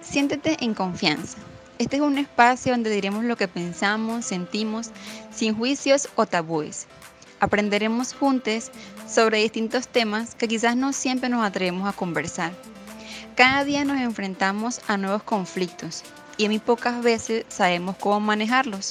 Siéntete en confianza. Este es un espacio donde diremos lo que pensamos, sentimos, sin juicios o tabúes. Aprenderemos juntos sobre distintos temas que quizás no siempre nos atrevemos a conversar. Cada día nos enfrentamos a nuevos conflictos y muy pocas veces sabemos cómo manejarlos.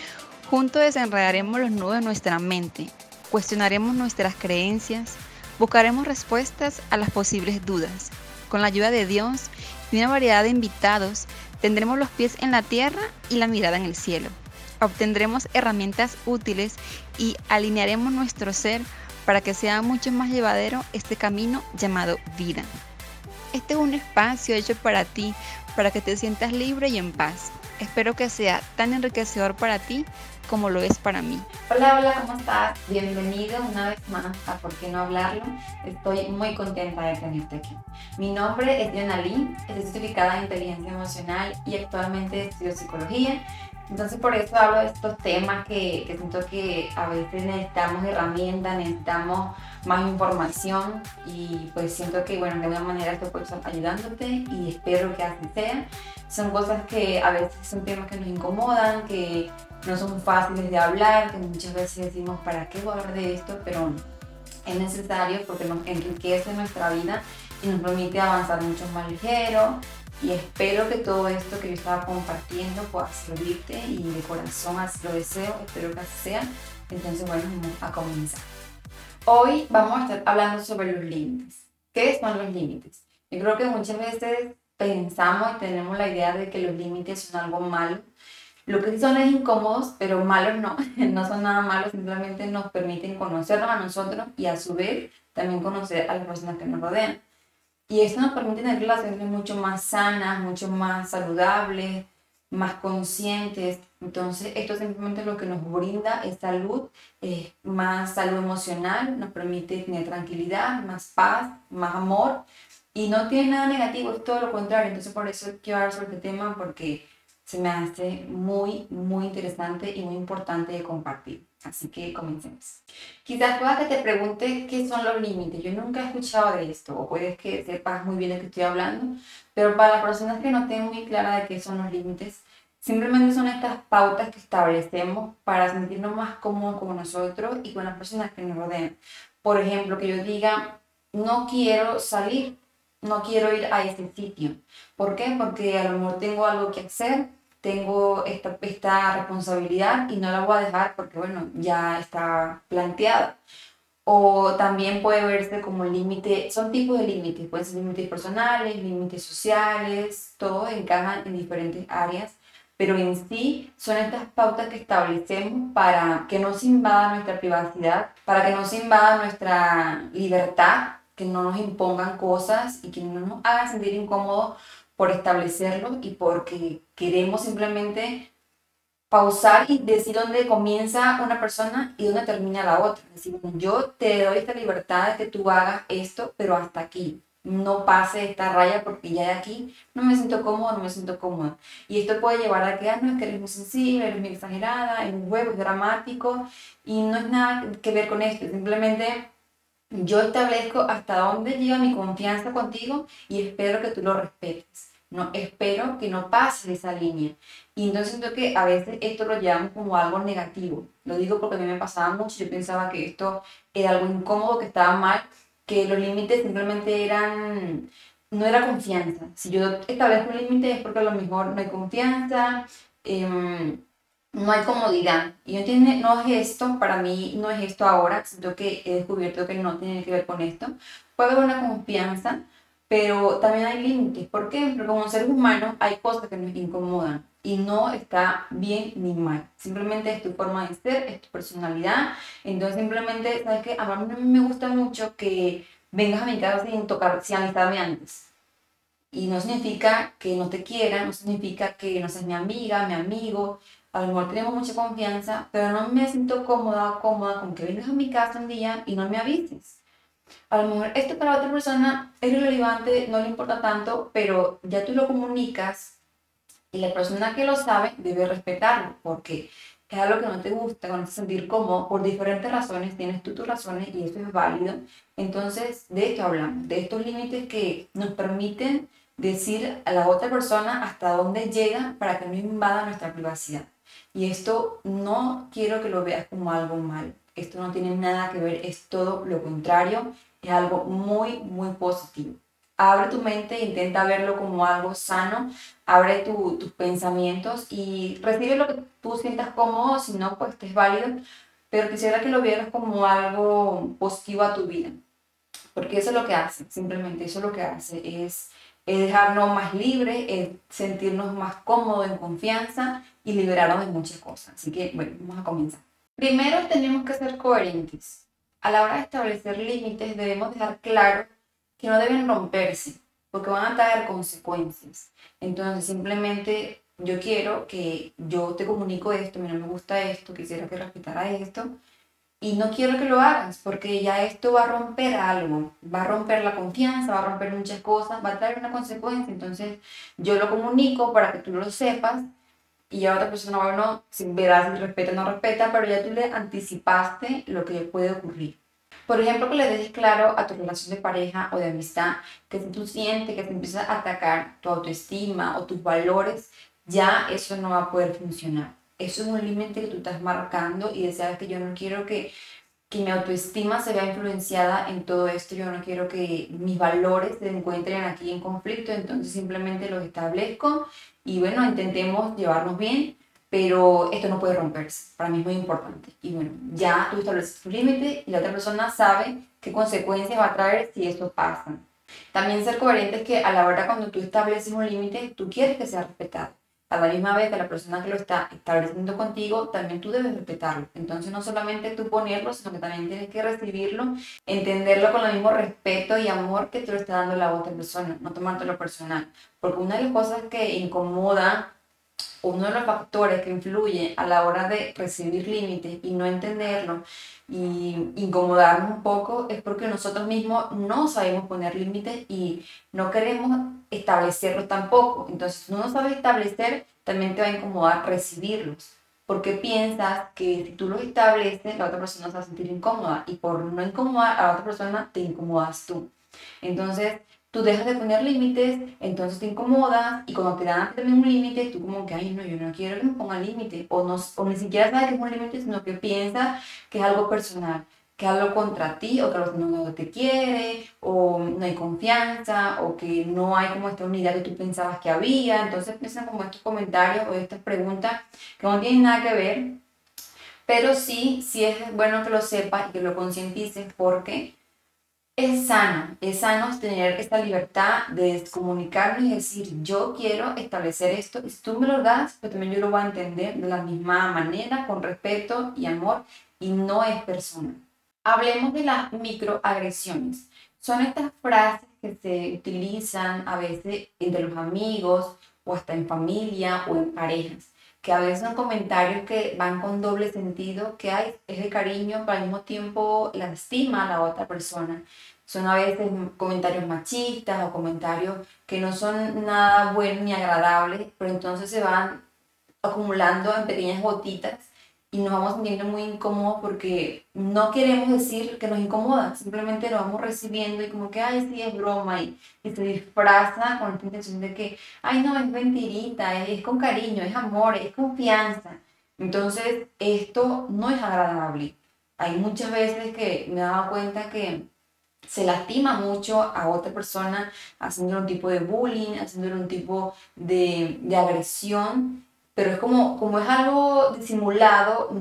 Juntos desenredaremos los nudos de nuestra mente, cuestionaremos nuestras creencias, buscaremos respuestas a las posibles dudas. Con la ayuda de Dios y una variedad de invitados, tendremos los pies en la tierra y la mirada en el cielo. Obtendremos herramientas útiles y alinearemos nuestro ser para que sea mucho más llevadero este camino llamado vida. Este es un espacio hecho para ti, para que te sientas libre y en paz. Espero que sea tan enriquecedor para ti como lo es para mí. Hola, ¿cómo estás? Bienvenido una vez más a ¿Por qué no hablarlo? Estoy muy contenta de tenerte aquí. Mi nombre es Diana Lee, estoy certificada en inteligencia emocional y actualmente estudio psicología. Entonces por eso hablo de estos temas que siento que a veces necesitamos herramientas, necesitamos más información y pues siento que bueno, de alguna manera esto puede estar ayudándote y espero que así sea. Son cosas que a veces son temas que nos incomodan, que no son fáciles de hablar, que muchas veces decimos, ¿para qué voy a hablar de esto? Pero es necesario porque nos enriquece nuestra vida y nos permite avanzar mucho más ligero. Y espero que todo esto que yo estaba compartiendo pueda servirte y de corazón así lo deseo, espero que así sea. Entonces, bueno, vamos a comenzar. Hoy vamos a estar hablando sobre los límites. ¿Qué son los límites? Yo creo que muchas veces pensamos y tenemos la idea de que los límites son algo malo. Lo que sí son es incómodos, pero malos no, no son nada malos, simplemente nos permiten conocernos a nosotros y a su vez también conocer a las personas que nos rodean. Y esto nos permite tener relaciones mucho más sanas, mucho más saludables, más conscientes. Entonces, esto simplemente lo que nos brinda es salud, más salud emocional, nos permite tener tranquilidad, más paz, más amor. Y no tiene nada negativo, es todo lo contrario. Entonces, por eso quiero hablar sobre este tema porque se me hace muy interesante y muy importante de compartir. Así que comencemos. Quizás pueda que te pregunte qué son los límites. Yo nunca he escuchado de esto, o puedes que sepas muy bien de qué estoy hablando, pero para las personas que no estén muy claras de qué son los límites, simplemente son estas pautas que establecemos para sentirnos más cómodos con nosotros y con las personas que nos rodean. Por ejemplo, que yo diga, no quiero salir, no quiero ir a ese sitio. ¿Por qué? Porque a lo mejor tengo algo que hacer, tengo esta responsabilidad y no la voy a dejar porque, bueno, ya está planteada. O también puede verse como límite, son tipos de límites, pueden ser límites personales, límites sociales, todo encaja en diferentes áreas, pero en sí son estas pautas que establecemos para que no se invada nuestra privacidad, para que no se invada nuestra libertad, que no nos impongan cosas y que no nos hagan sentir incómodos por establecerlo y porque queremos simplemente pausar y decir dónde comienza una persona y dónde termina la otra. Es decir, yo te doy esta libertad de que tú hagas esto, pero hasta aquí. No pase esta raya porque ya de aquí no me siento cómodo, no me siento cómoda. Y esto puede llevar a que, no, es que eres muy sensible, eres muy exagerada, es un juego, es dramático y no es nada que ver con esto. Simplemente yo establezco hasta dónde llega mi confianza contigo y espero que tú lo respetes. No, espero que no pases esa línea. Y entonces siento que a veces esto lo llevamos como algo negativo. Lo digo porque a mí me pasaba mucho. Yo pensaba que esto era algo incómodo, que estaba mal, que los límites simplemente eran, no era confianza. Si yo establezco un límite es porque a lo mejor no hay confianza, no hay comodidad. Y no es esto, para mí no es esto ahora, siento que he descubierto que no tiene que ver con esto. Puede haber una confianza, pero también hay límites. ¿Por qué? Porque como seres humanos hay cosas que nos incomodan y no está bien ni mal. Simplemente es tu forma de ser, es tu personalidad. Entonces simplemente, ¿sabes qué? A mí me gusta mucho que vengas a mi casa sin tocar, sin alistarme antes. Y no significa que no te quiera, no significa que no seas mi amiga, mi amigo. A lo mejor tenemos mucha confianza, pero no me siento cómoda o cómoda con que vengas a mi casa un día y no me avises. A lo mejor esto para otra persona es relevante, no le importa tanto, pero ya tú lo comunicas y la persona que lo sabe debe respetarlo, porque es algo que no te gusta, que no te sentir cómodo, por diferentes razones, tienes tú tus razones y eso es válido. Entonces, de esto hablamos, de estos límites que nos permiten decir a la otra persona hasta dónde llega para que no invada nuestra privacidad. Y esto no quiero que lo veas como algo mal. Esto no tiene nada que ver, es todo lo contrario, es algo muy, muy positivo. Abre tu mente e intenta verlo como algo sano, abre tus pensamientos y recibe lo que tú sientas cómodo, si no, pues es válido, pero quisiera que lo vieras como algo positivo a tu vida, porque eso es lo que hace, simplemente eso es lo que hace, es dejarnos más libres, es sentirnos más cómodos, en confianza y liberarnos de muchas cosas. Así que, bueno, vamos a comenzar. Primero tenemos que ser coherentes. A la hora de establecer límites debemos dejar claro que no deben romperse, porque van a traer consecuencias. Entonces, simplemente yo quiero que yo te comunico esto, a mí no me gusta esto, quisiera que respetara esto, y no quiero que lo hagas, porque ya esto va a romper algo, va a romper la confianza, va a romper muchas cosas, va a traer una consecuencia. Entonces, yo lo comunico para que tú lo sepas y ya otra persona, bueno, si verás si respeta o no respeta, pero ya tú le anticipaste lo que puede ocurrir. Por ejemplo, que le dejes claro a tu relación de pareja o de amistad que si tú sientes que te empieza a atacar tu autoestima o tus valores, ya eso no va a poder funcionar. Eso es un límite que tú estás marcando y deseas que yo no quiero que mi autoestima se vea influenciada en todo esto, yo no quiero que mis valores se encuentren aquí en conflicto, entonces simplemente los establezco y bueno, intentemos llevarnos bien, pero esto no puede romperse, para mí es muy importante. Y bueno, ya tú estableces tu límite y la otra persona sabe qué consecuencias va a traer si esto pasa. También ser coherente es que a la hora cuando tú estableces un límite, tú quieres que sea respetado. A la misma vez que la persona que lo está estableciendo contigo, también tú debes respetarlo. Entonces no solamente tú ponerlo, sino que también tienes que recibirlo, entenderlo con el mismo respeto y amor que te lo está dando la otra persona, no tomártelo personal. Porque una de las cosas que incomoda, uno de los factores que influye a la hora de recibir límites y no entenderlo y incomodarnos un poco es porque nosotros mismos no sabemos poner límites y no queremos establecerlos tampoco. Entonces, si tú no sabes establecer, también te va a incomodar recibirlos. Porque piensas que si tú los estableces, la otra persona se va a sentir incómoda y por no incomodar a la otra persona, te incomodas tú. Entonces, tú dejas de poner límites, entonces te incomodas y cuando te dan también un límite, tú como que, ay, no, yo no quiero que me pongan límite o, no, o ni siquiera sabes que es un límite, sino que piensas que es algo personal, que es algo contra ti o que la persona no te quiere o no hay confianza o que no hay como esta unidad que tú pensabas que había. Entonces empiezan como estos comentarios o estas preguntas que no tienen nada que ver, pero sí, sí es bueno que lo sepas y que lo concientices porque es sano tener esta libertad de comunicarnos y decir, yo quiero establecer esto, y si tú me lo das, pues también yo lo voy a entender de la misma manera, con respeto y amor, y no es personal. Hablemos de las microagresiones. Son estas frases que se utilizan a veces entre los amigos o hasta en familia o en parejas, que a veces son comentarios que van con doble sentido, que hay, es de cariño, pero al mismo tiempo lastima a la otra persona. Son a veces comentarios machistas o comentarios que no son nada buenos ni agradables, pero entonces se van acumulando en pequeñas gotitas y nos vamos sintiendo muy incómodos porque no queremos decir que nos incomoda, simplemente lo vamos recibiendo y como que, ay, sí, es broma y se disfraza con esta intención de que, ay, no, es mentirita, es con cariño, es amor, es confianza. Entonces, esto no es agradable. Hay muchas veces que me he dado cuenta que se lastima mucho a otra persona haciéndole un tipo de bullying, haciéndole un tipo de agresión, pero es como es algo disimulado,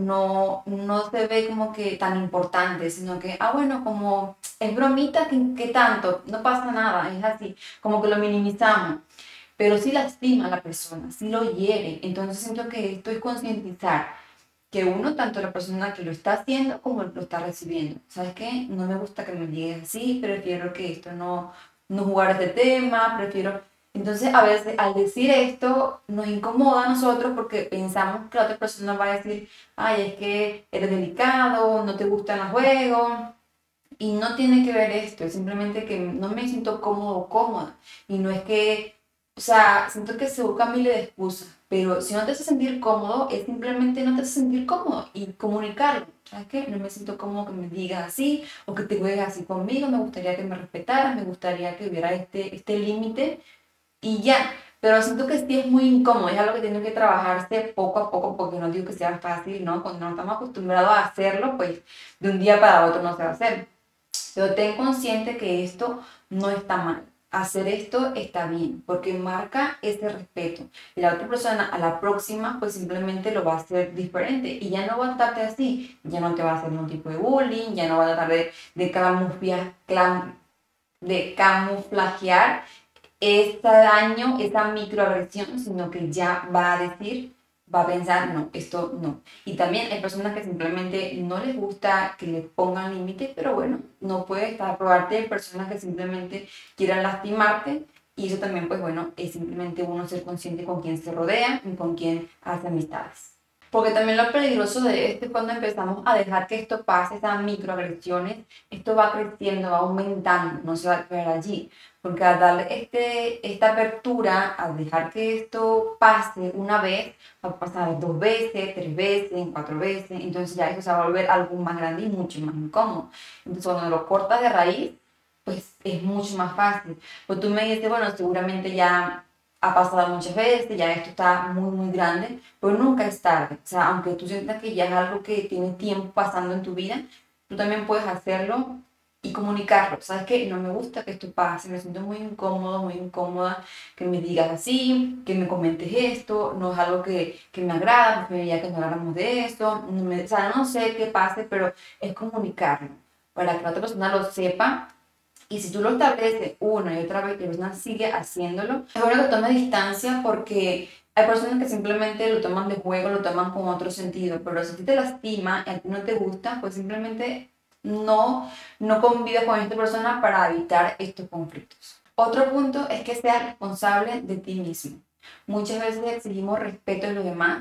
no se ve como que tan importante, sino que, ah, bueno, como es bromita, ¿qué tanto? No pasa nada, es así, como que lo minimizamos, pero sí lastima a la persona, sí lo hiere, entonces siento que esto es concientizar que uno, tanto la persona que lo está haciendo como lo está recibiendo. ¿Sabes qué? No me gusta que me digas así, prefiero que esto no jugar este tema, prefiero... Entonces, a veces al decir esto nos incomoda a nosotros porque pensamos que la otra persona va a decir, ay, es que eres delicado, no te gustan los juegos. Y no tiene que ver esto, es simplemente que no me siento cómodo o cómoda. Y no es que, o sea, siento que se busca miles de excusas, pero si no te hace sentir cómodo, es simplemente no te hace sentir cómodo y comunicarlo. ¿Sabes qué? No me siento cómodo que me digas así o que te juegues así conmigo, me gustaría que me respetaras, me gustaría que hubiera este límite y ya. Pero siento que sí es muy incómodo, es algo que tiene que trabajarse poco a poco, porque no digo que sea fácil, ¿no? Cuando no estamos acostumbrados a hacerlo, pues de un día para otro no se va a hacer. Pero ten consciente que esto no está mal. Hacer esto está bien, porque marca ese respeto. Y la otra persona a la próxima, pues simplemente lo va a hacer diferente y ya no va a tratarte así, ya no te va a hacer ningún tipo de bullying, ya no va a tratar de camuflajear este daño, esta microagresión, sino que ya va a decir, va a pensar, no, esto no. Y también hay personas que simplemente no les gusta que les pongan límites, pero bueno, no puede estar probarte de personas que simplemente quieran lastimarte. Y eso también, pues bueno, es simplemente uno ser consciente con quién se rodea y con quién hace amistades. Porque también lo peligroso de esto es cuando empezamos a dejar que esto pase, esas microagresiones, esto va creciendo, va aumentando, no se va a quedar allí. Porque al darle esta apertura, al dejar que esto pase una vez, va a pasar 2 veces, 3 veces, 4 veces, entonces ya eso se va a volver algo más grande y mucho más incómodo. Entonces cuando lo cortas de raíz, pues es mucho más fácil. Pues tú me dices, bueno, seguramente ya ha pasado muchas veces, ya esto está muy, muy grande, pero nunca es tarde. O sea, aunque tú sientas que ya es algo que tiene tiempo pasando en tu vida, tú también puedes hacerlo y comunicarlo. ¿Sabes qué? No me gusta que esto pase, me siento muy incómodo, muy incómoda que me digas así, que me comentes esto, no es algo que me agrada, preferiría que no habláramos de eso. O sea, no sé qué pase, pero es comunicarlo para que la otra persona lo sepa. Y si tú lo estableces una y otra vez y la persona sigue haciéndolo, es bueno que tome distancia porque hay personas que simplemente lo toman de juego, lo toman con otro sentido, pero si a ti te lastima y a ti no te gusta, pues simplemente no convives con esta persona para evitar estos conflictos. Otro punto es que seas responsable de ti mismo. Muchas veces exigimos respeto de los demás,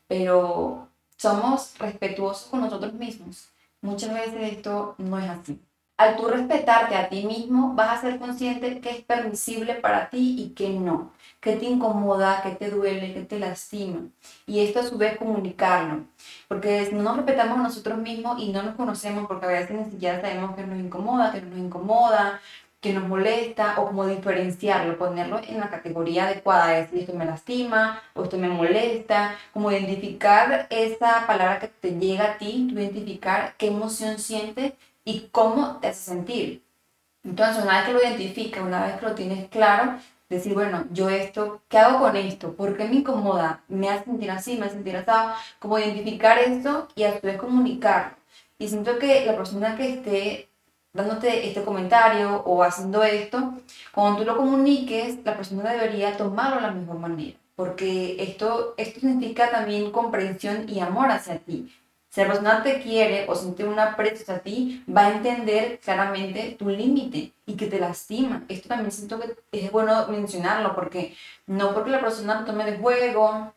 pero somos respetuosos con nosotros mismos. Muchas veces esto no es así. Al tú respetarte a ti mismo, vas a ser consciente que es permisible para ti y que no, que te incomoda, que te duele, que te lastima. Y esto a su vez comunicarlo, porque si no nos respetamos a nosotros mismos y no nos conocemos, porque a veces ni siquiera sabemos que nos incomoda, que no nos incomoda, que nos molesta, o como diferenciarlo, ponerlo en la categoría adecuada, decir esto me lastima o esto me molesta, como identificar esa palabra que te llega a ti, tú identificar qué emoción sientes y cómo te hace sentir. Entonces, una vez que lo identificas, una vez que lo tienes claro, decir, bueno, yo esto, ¿qué hago con esto? ¿Por qué me incomoda? ¿Me hace sentir así? ¿Me hace sentir asado? Como identificar esto y a su vez comunicarlo. Y siento que la persona que esté dándote este comentario o haciendo esto, cuando tú lo comuniques, la persona debería tomarlo de la mejor manera. Porque esto significa también comprensión y amor hacia ti. Si la persona te quiere o siente un aprecio a ti, va a entender claramente tu límite y que te lastima. Esto también siento que es bueno mencionarlo porque no porque la persona tome de juego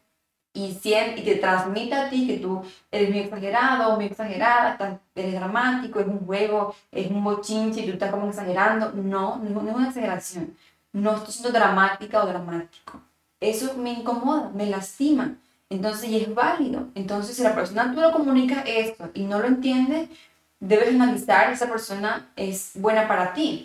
y te transmita a ti que tú eres muy exagerado o muy exagerada, eres dramático, es un juego, es un bochinche y tú estás como exagerando. No, no es una exageración. No estoy siendo dramática o dramático. Eso me incomoda, me lastima. Entonces, y es válido. Entonces, si la persona tú lo comunicas esto y no lo entiende, debes analizar si esa persona es buena para ti.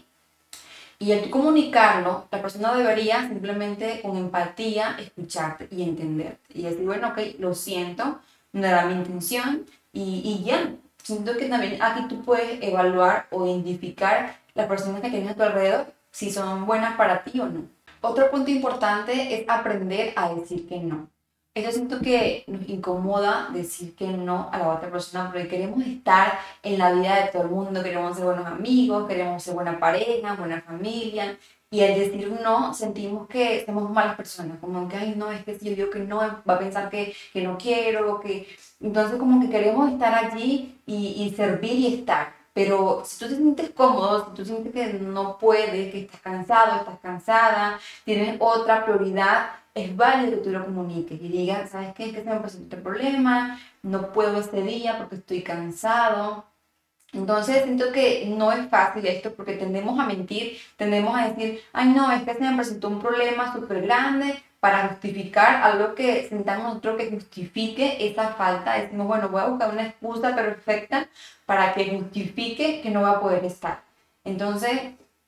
Y al tú comunicarlo, la persona debería simplemente con empatía escucharte y entenderte. Y decir, bueno, ok, lo siento, no era mi intención y ya. Siento que también aquí tú puedes evaluar o identificar las personas que tienes a tu alrededor, si son buenas para ti o no. Otro punto importante es aprender a decir que no. Eso siento que nos incomoda decir que no a la otra persona porque queremos estar en la vida de todo el mundo, queremos ser buenos amigos, queremos ser buena pareja, buena familia. Y al decir no, sentimos que somos malas personas, como que, ay, no, es que si yo digo que no, va a pensar que no quiero, que... Entonces como que queremos estar allí y servir y estar. Pero si tú te sientes cómodo, si tú sientes que no puedes, que estás cansado, estás cansada, tienes otra prioridad, es válido que tú lo comuniques y digas, ¿sabes qué? Es que se me presentó este problema, no puedo este día porque estoy cansado. Entonces siento que no es fácil esto porque tendemos a mentir, tendemos a decir, ay no, es que se me presentó un problema súper grande para justificar algo que sintamos nosotros que justifique esa falta. Decimos, bueno, voy a buscar una excusa perfecta para que justifique que no va a poder estar. Entonces,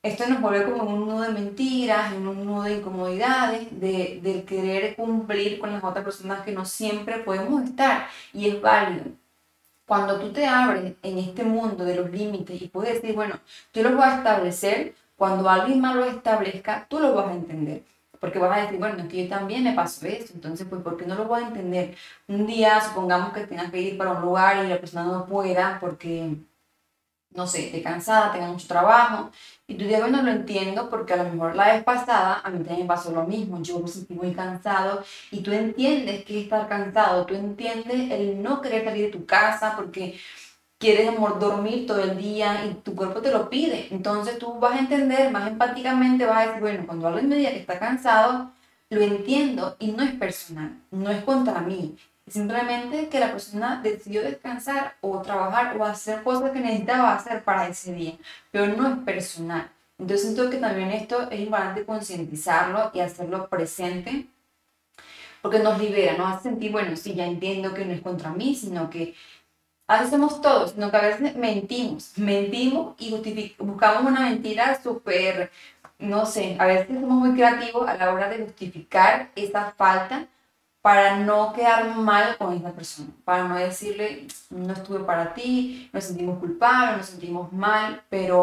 esto nos vuelve como en un nudo de mentiras, en un nudo de incomodidades, de querer cumplir con las otras personas que no siempre podemos estar, y es válido. Cuando tú te abres en este mundo de los límites y puedes decir, bueno, yo los voy a establecer, cuando alguien más los establezca, tú los vas a entender. Porque vas a decir, bueno, es que yo también me pasó eso, entonces, pues, ¿por qué no lo voy a entender? Un día, supongamos que tengas que ir para un lugar y la persona no pueda porque, no sé, esté cansada, tenga mucho trabajo, y tú dices, bueno, lo entiendo porque a lo mejor la vez pasada a mí también me pasó lo mismo, yo me sentí muy cansado, y tú entiendes que es estar cansado, tú entiendes el no querer salir de tu casa porque quieres amor dormir todo el día y tu cuerpo te lo pide. Entonces tú vas a entender más empáticamente, vas a decir, bueno, cuando alguien me diga que está cansado, lo entiendo y no es personal, no es contra mí. Es simplemente que la persona decidió descansar o trabajar o hacer cosas que necesitaba hacer para ese día, pero no es personal. Entonces siento que también esto es importante concientizarlo y hacerlo presente, porque nos libera, nos hace sentir, bueno, sí, ya entiendo que no es contra mí, sino que así somos todos, sino que a veces mentimos y buscamos una mentira súper, no sé, a veces somos muy creativos a la hora de justificar esa falta para no quedar mal con esa persona, para no decirle, no estuve para ti, nos sentimos culpables, nos sentimos mal, pero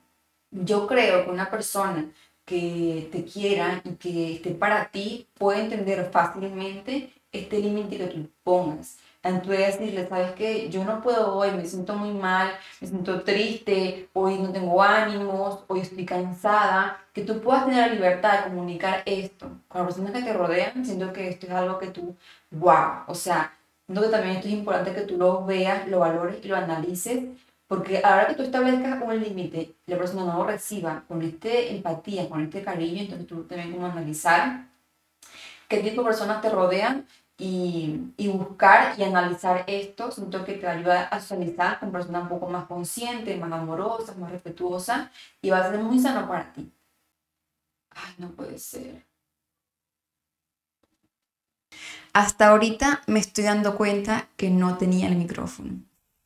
yo creo que una persona que te quiera y que esté para ti puede entender fácilmente este límite que tú pongas. Entonces decirle, ¿sabes qué? Yo no puedo hoy, me siento muy mal, me siento triste, hoy no tengo ánimos, hoy estoy cansada. Que tú puedas tener la libertad de comunicar esto con las personas que te rodean, siento que esto es algo que tú, wow, o sea, siento que también esto es importante que tú lo veas, lo valores y lo analices, porque a la hora que tú establezcas un límite y la persona no lo reciba con esta empatía, con este cariño, entonces tú también como analizar qué tipo de personas te rodean y buscar y analizar esto, siento que te ayuda a socializar con personas un poco más conscientes, más amorosas, más respetuosas, y va a ser muy sano para ti. Ay, no puede ser. Hasta ahorita me estoy dando cuenta que no tenía el micrófono.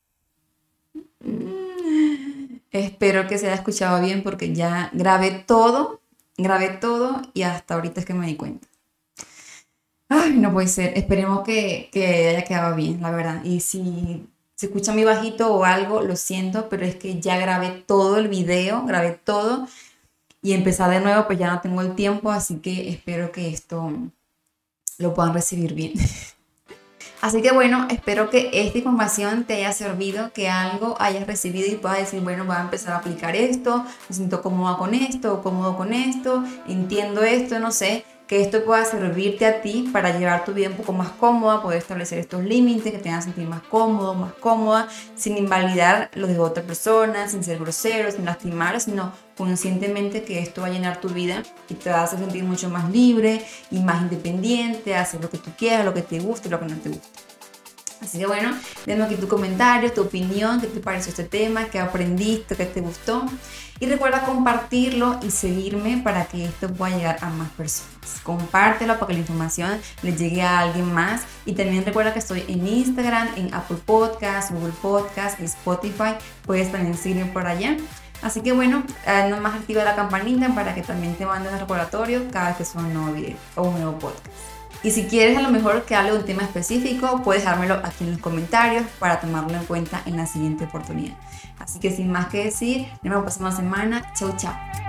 Espero que se haya escuchado bien porque ya grabé todo y hasta ahorita es que me di cuenta. Ay, no puede ser. Esperemos que haya quedado bien, la verdad. Y si se escucha muy bajito o algo, lo siento, pero es que ya grabé todo el video, grabé todo y empezar de nuevo, pues ya no tengo el tiempo, así que espero que esto lo puedan recibir bien. Así que bueno, espero que esta información te haya servido, que algo hayas recibido y puedas decir, bueno, voy a empezar a aplicar esto, me siento cómoda con esto, cómodo con esto, entiendo esto, no sé, que esto pueda servirte a ti para llevar tu vida un poco más cómoda, poder establecer estos límites, que te hagan sentir más cómodo, más cómoda, sin invalidar lo de otra persona, sin ser grosero, sin lastimar, sino conscientemente que esto va a llenar tu vida y te va a hacer sentir mucho más libre y más independiente, hacer lo que tú quieras, lo que te guste y lo que no te guste. Así que bueno, déjame aquí tu comentario, tu opinión, qué te pareció este tema, qué aprendiste, qué te gustó. Y recuerda compartirlo y seguirme para que esto pueda llegar a más personas. Compártelo para que la información le llegue a alguien más. Y también recuerda que estoy en Instagram, en Apple Podcasts, Google Podcasts y Spotify. Puedes también seguirme por allá. Así que bueno, nomás activa la campanita para que también te mande un recordatorio cada vez que suba un nuevo video o un nuevo podcast. Y si quieres a lo mejor que hable de un tema específico, puedes dejármelo aquí en los comentarios para tomarlo en cuenta en la siguiente oportunidad. Así que sin más que decir, nos vemos la próxima semana. Chau, chao.